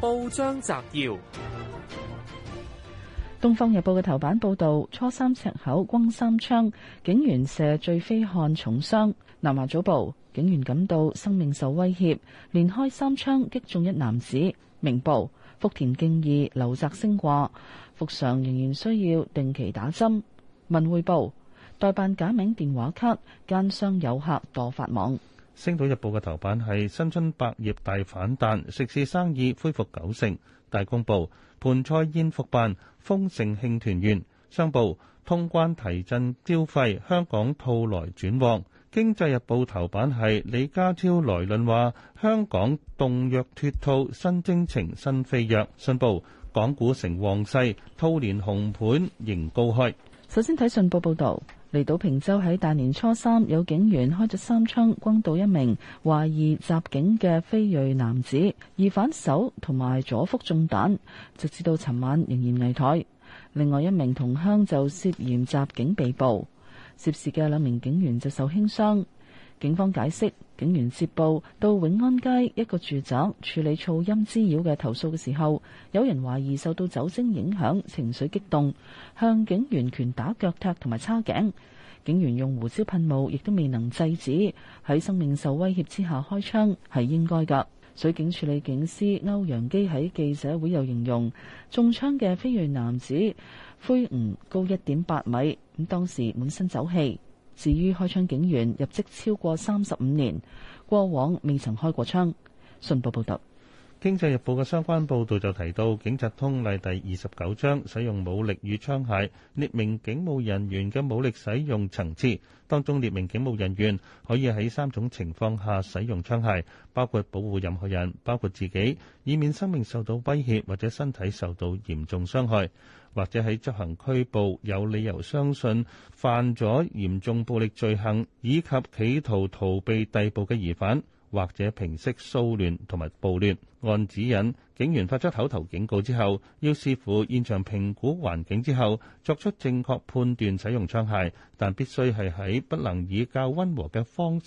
報章摘要：《 東方日報》嘅頭版報道，初三赤口轟3槍，警員射醉飛漢重傷。南華早報，警員感到生命受威脅，連開3槍擊中一男子。明報，福田敬義劉澤星話，復常仍然需要定期打針。文匯報，代辦假名電話卡，奸商有客墮法網。 星島日報嘅頭版係新春百業大反彈，食肆生意恢復90%。大公報，盤菜宴復辦，豐盛慶團圓。商報，通關提振消費，香港套來轉旺。經濟日報頭版係李家超來論話，香港動若脫兔，新征程新飛躍。信報，港股成旺勢，兔年紅盤仍高開。 首先睇信報報導。嚟到坪洲喺大年初三，有警員開咗3槍轟到一名懷疑襲警嘅非裔男子，疑犯手同埋左腹中彈，直至到尋晚仍然危殆。另外一名同鄉就涉嫌襲警被捕，涉事嘅2名警員就受輕傷。警方解釋，警員接報到永安街一個住宅處理噪音滋擾嘅投訴嘅時候，有人懷疑受到酒精影響，情緒激動，向警員拳打腳踢同埋叉頸。警員用胡椒噴霧，亦都未能制止，喺生命受威脅之下開槍係應該㗎。水警處理警司歐陽基喺記者會又形容，中槍嘅非裔男子魁梧高1.8米，咁當時滿身酒氣。至於開槍警員入職超過35年，過往未曾開過槍。信報報道。 經濟日報嘅相關報導就提到，警察通例第29章使用武力與槍械，列明警務人員嘅武力使用層次，當中列明警務人員可以喺3種情況下使用槍械，包括保護任何人，包括自己，以免生命受到威脅或者身體受到嚴重傷害，或者喺執行拘捕有理由相信犯咗嚴重暴力罪行，以及企圖逃避逮捕嘅疑犯，或者平息騷亂同埋暴亂。按指引，警員發出口頭警告之後，要視乎現場評估環境之後，作出正確判斷使用槍械，但必須係喺不能以較溫和嘅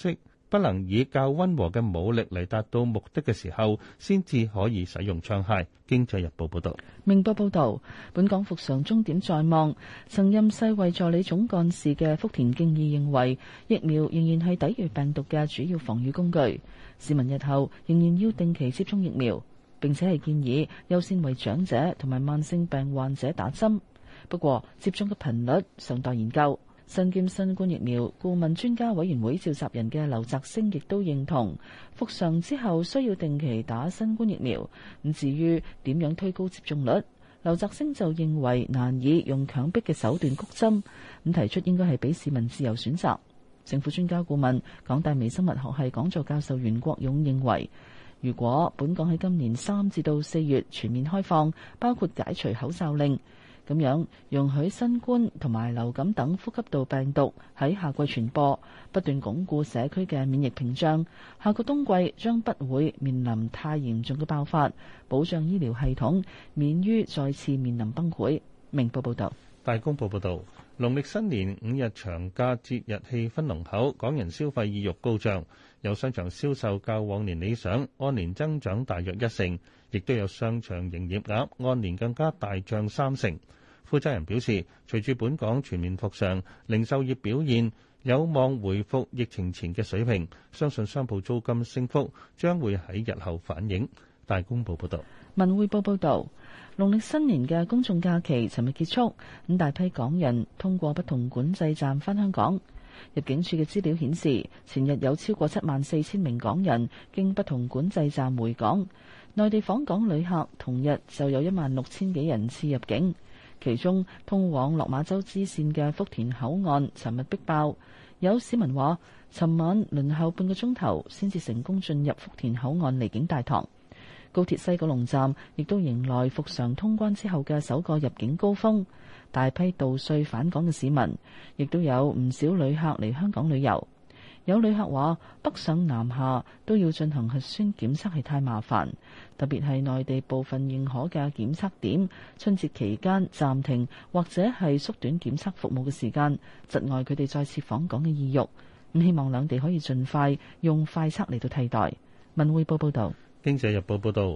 武力嚟達到目的嘅時候，先至可以使用槍械。經濟日報報道。 明報報道，本港復常終點在望。曾任世衛助理總幹事嘅福田敬義認為，疫苗仍然係抵禦病毒嘅主要防禦工具，市民日後仍然要定期接種疫苗，並且係建議優先為長者同埋慢性病患者打針。不過，接種嘅頻率尚待研究。身兼新冠疫苗顧問專家委員會召集人嘅劉澤星亦都認同，復常之後需要定期打新冠疫苗。咁至於點樣推高接種率，劉澤星就認為難以用強迫嘅手段谷針，咁提出應該係俾市民自由選擇。政府專家顧問港大微生物學系講座教授袁國勇認為，如果本港喺今年3至到4月全面開放，包括解除口罩令，咁樣容許新冠同埋流感等呼吸道病毒喺夏季傳播，不斷鞏固社區嘅免疫屏障，下個冬季將不會面臨太嚴重嘅爆發，保障醫療系統免於再次面臨崩潰。明報報道。 大公報報導，農曆新年5日長假節日氣氛濃厚，港人消費意欲高漲，有商場銷售較往年理想，按年增長大約1成，亦都有商場營業額按年更加大漲3成。負責人表示，隨住本港全面復常，零售業表現有望回復疫情前嘅水平，相信商鋪租金升幅將會喺日後反映。大公報報導。 文匯報報導，農曆新年嘅公眾假期尋日結束，咁大批港人通過不同管制站返香港。入境處嘅資料顯示，前日有超過74,000名港人經不同管制站回港，內地訪港旅客同日就有16,000幾人次入境。其中通往落馬洲支線嘅福田口岸尋日逼爆，有市民話尋晚輪候半個鐘頭先至成功進入福田口岸離境大堂。高鐵西九龍站亦都迎來復常通關之後嘅首個入境高峰，大批渡歲返港嘅市民，亦都有唔少旅客嚟香港旅遊。有旅客話北上南下都要進行核酸檢測係太麻煩，特別係內地部分認可嘅檢測點春節期間暫停或者係縮短檢測服務嘅時間，窒礙佢哋再次訪港嘅意欲。咁希望兩地可以盡快用快測嚟到替代。文匯報報道。 經濟日報報導，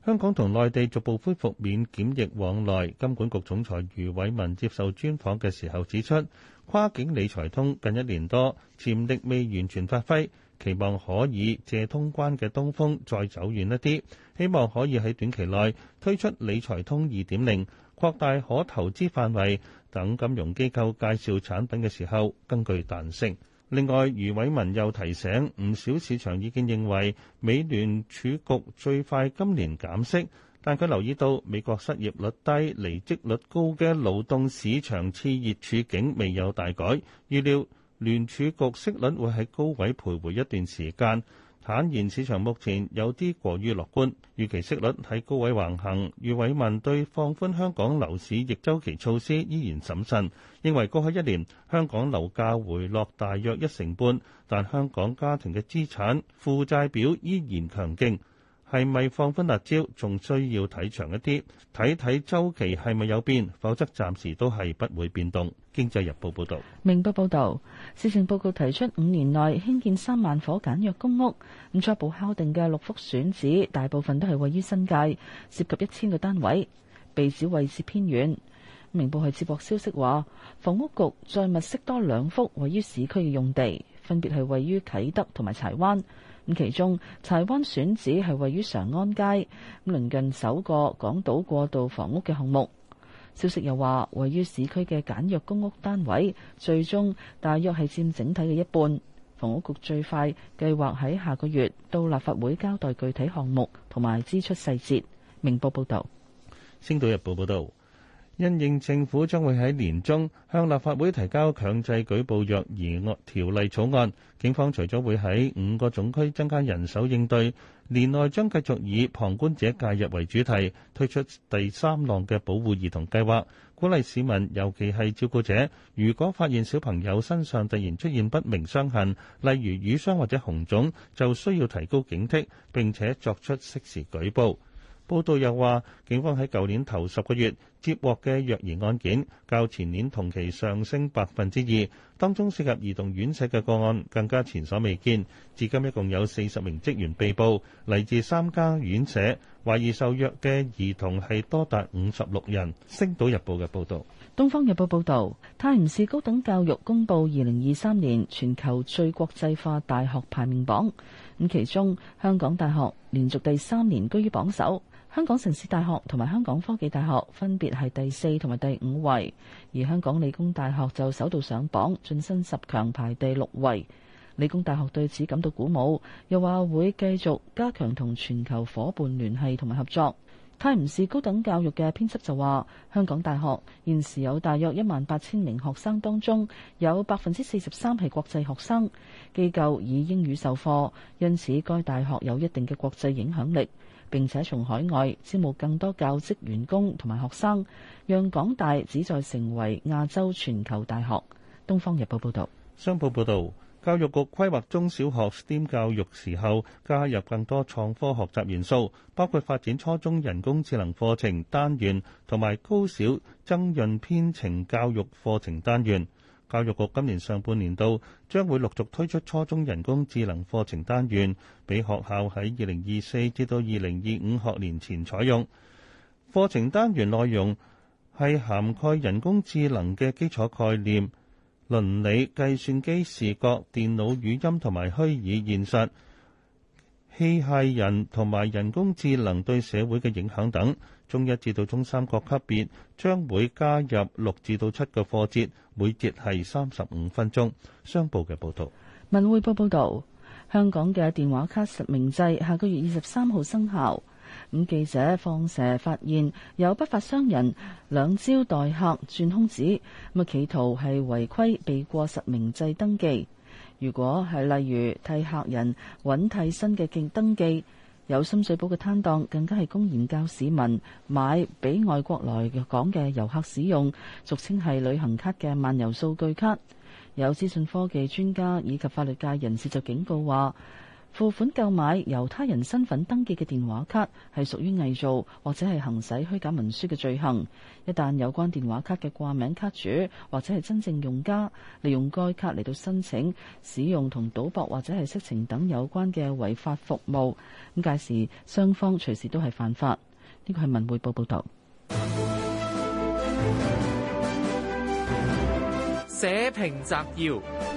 香港同內地逐步恢復免檢疫往來。金管局總裁余偉文接受專訪嘅時候指出，跨境理財通近1年多，潛力未完全發揮，期望可以借通關嘅東風再走遠一啲，希望可以喺短期內推出理財通2.0，擴大可投資範圍，等金融機構介紹產品嘅時候更具彈性。另外，余偉文又提醒，唔少市場意見認為美聯儲局最快今年減息，但佢留意到美國失業率低、離職率高嘅勞動市場熾熱處境未有大改，預料聯儲局息率會喺高位徘徊一段時間。坦言市場目前有啲過於樂觀，預期息率喺高位橫行。余偉文對放寬香港樓市逆周期措施依然審慎，認為過去1年香港樓價回落大約1成半，但香港家庭嘅資產負債表依然強勁。係咪放寬辣招，仲需要睇長一啲，睇睇週期係咪有變，否則暫時都係不會變動。經濟日報報導。 明報報導，施政報告提出5年內興建3萬伙簡約公屋，咁初步敲定嘅6幅選址，大部分都係位於新界，涉及1000個單位，被指位置偏遠。明報係接獲消息話，房屋局再物色多2幅位於市區嘅用地，分別係位於啟德同埋柴灣。咁其中柴灣選址係位於常安街，咁鄰近首個港島過渡房屋嘅項目。消息又話，位於市區嘅簡約公屋單位，最終大約係佔整體嘅一半。房屋局最快計劃喺下個月到立法會交代具體項目同埋支出細節。明報報道。 星島日報報道。因應政府將會喺年中向立法會提交強制舉報虐兒條例草案，警方除咗會喺5個總區增加人手應對，年內將繼續以旁觀者介入為主題，推出第3浪嘅保護兒童計劃，鼓勵市民，尤其係照顧者，如果發現小朋友身上突然出現不明傷痕，例如瘀傷或者紅腫，就需要提高警惕，並且作出適時舉報。報道又話，警方喺舊年頭10個月接獲嘅虐兒案件，較前年同期上升2%，當中涉及兒童院舍嘅個案更加前所未見。至今一共有40名職員被捕，嚟自3家院舍，懷疑受虐嘅兒童係多達56人。星島日報嘅報導。 東方日報報導，泰晤士高等教育公佈2023年全球最國際化大學排名榜，咁其中香港大學連續第3年居於榜首。香港城市大學同埋香港科技大學分別係第4同埋第5位，而香港理工大學就首度上榜，晉身10強排第6位。理工大學對此感到鼓舞，又話會繼續加強同全球夥伴聯繫同埋合作。泰晤士高等教育嘅編輯就話，香港大學現時有大約18000名學生，當中有43%係國際學生，機構以英語授課，因此該大學有一定嘅國際影響力。並且從海外招募更多教職員工同埋學生，讓港大旨在成為亞洲全球大學。東方日報報道。 商報報道，教育局規劃中小學 STEM 教育時候加入更多創科學習元素，包括發展初中人工智能課程單元同埋高小增潤編程教育課程單元。教育局今年上半年度將會陸續推出初中人工智能課程單元，俾學校喺2024至到2025學年前採用。課程單元內容係涵蓋人工智能嘅基礎概念、倫理、計算機視覺、電腦語音同埋虛擬現實、機械人同埋人工智能對社會嘅影響等。中1至到中3各級別將會加入6至到7個課節，每節係35分鐘。商報嘅報導。 文匯報報導，香港嘅電話卡實名制下個月23號生效。咁記者放蛇發現有不法商人兩招待客轉空子，咁企圖係違規避過實名制登記。如果係例如替客人揾替身嘅競登記，有深水埗嘅攤檔更加係公然教市民買俾外國來港嘅遊客使用，俗稱係旅行卡嘅漫遊數據卡。有資訊科技專家以及法律界人士就警告話， 付款購買由他人身份登記嘅電話卡係屬於偽造或者係行使虛假文書嘅罪行。一旦有關電話卡嘅掛名卡主或者係真正用家利用該卡嚟到申請使用同賭博或者係色情等有關嘅違法服務，咁屆時雙方隨時都係犯法。呢個係文匯報報導。 社評摘要。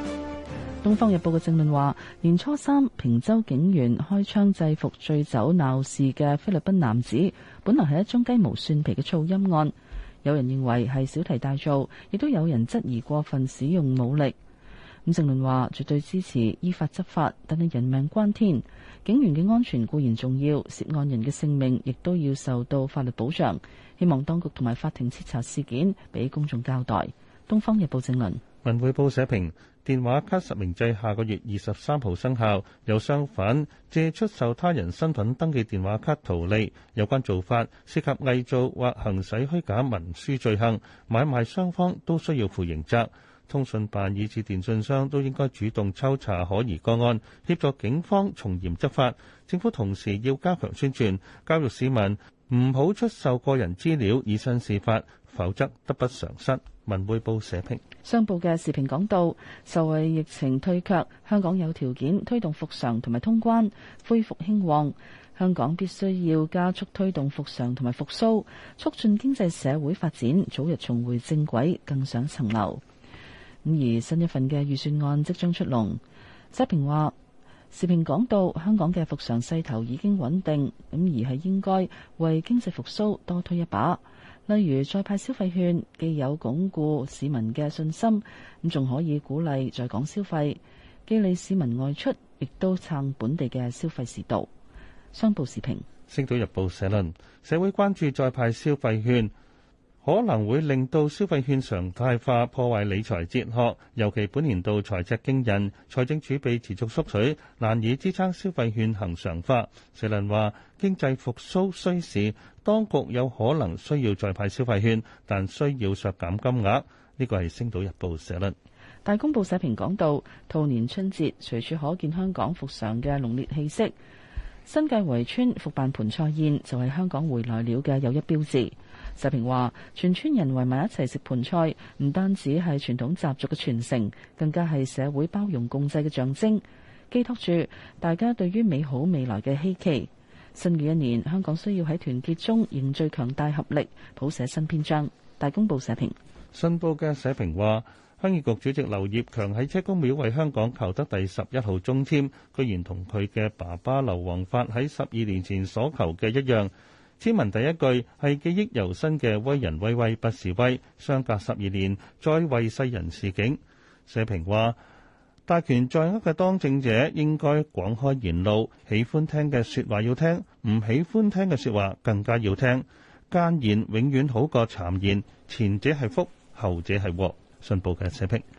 《東方日報》嘅政論話，年初三坪洲警員開槍制服醉酒鬧事嘅菲律賓男子，本來係一宗雞毛蒜皮嘅噪音案，有人認為係小題大做，亦都有人質疑過分使用武力。咁政論話，絕對支持依法執法，但係人命關天，警員嘅安全固然重要，涉案人嘅性命亦都要受到法律保障。希望當局同埋法庭徹查事件，俾公眾交代。《東方日報》政論。 文匯報社評：電話卡實名制下個月23號生效，有商販借出售他人身份登記電話卡圖利，有關做法涉及偽造或行使虛假文書罪行，買賣雙方都需要負刑責。通訊辦以至電訊商都應該主動抽查可疑個案，協助警方從嚴執法。政府同時要加強宣傳，教育市民唔好出售個人資料以身試法，否則得不償失。文匯報社評。 商報嘅時評講到，受惠疫情退卻，香港有條件推動復常同埋通關，恢復興旺。香港必須要加速推動復常同埋復甦，促進經濟社會發展，早日重回正軌，更上層樓。咁而新一份嘅預算案即將出籠，社評話，時評講到香港嘅復常勢頭已經穩定，咁而係應該為經濟復甦多推一把。例如再派消費券，既有鞏固市民嘅信心，咁仲可以鼓勵在港消費，既利市民外出，亦都撐本地嘅消費市道。商報時評。 星島日報社論：社會關注再派消費券可能會令到消費券常態化，破壞理財哲學。尤其本年度財赤驚人，財政儲備持續縮取，難以支撐消費券恆常化。社論話，經濟復甦需時，當局有可能需要再派消費券，但需要削減金額。呢個係星島日報社論。 大公報社評講到，兔年春節隨處可見香港復常嘅濃烈氣息。新界圍村復辦盆菜宴就係香港回來了嘅又一標誌。社評話，全村人圍埋一齊食盆菜，唔單止係傳統習俗嘅傳承，更加係社會包容共濟嘅象徵，寄託住大家對於美好未來嘅希冀。新嘅一年，香港需要喺團結中凝聚強大合力，譜寫新篇章。大公報社評。 信報嘅社評話，鄉議局主席劉業強喺車公廟為香港求得第11號中籤，居然同佢嘅爸爸劉皇發喺12年前所求嘅一樣。籤文第一句係記憶猶新嘅威人威威不是威，相隔12年再為世人示警。社評話，大權在握嘅當政者應該廣開言路，喜歡聽嘅說話要聽，唔喜歡聽嘅說話更加要聽。諫言永遠好過讒言，前者係福，後者係禍。信報嘅社評。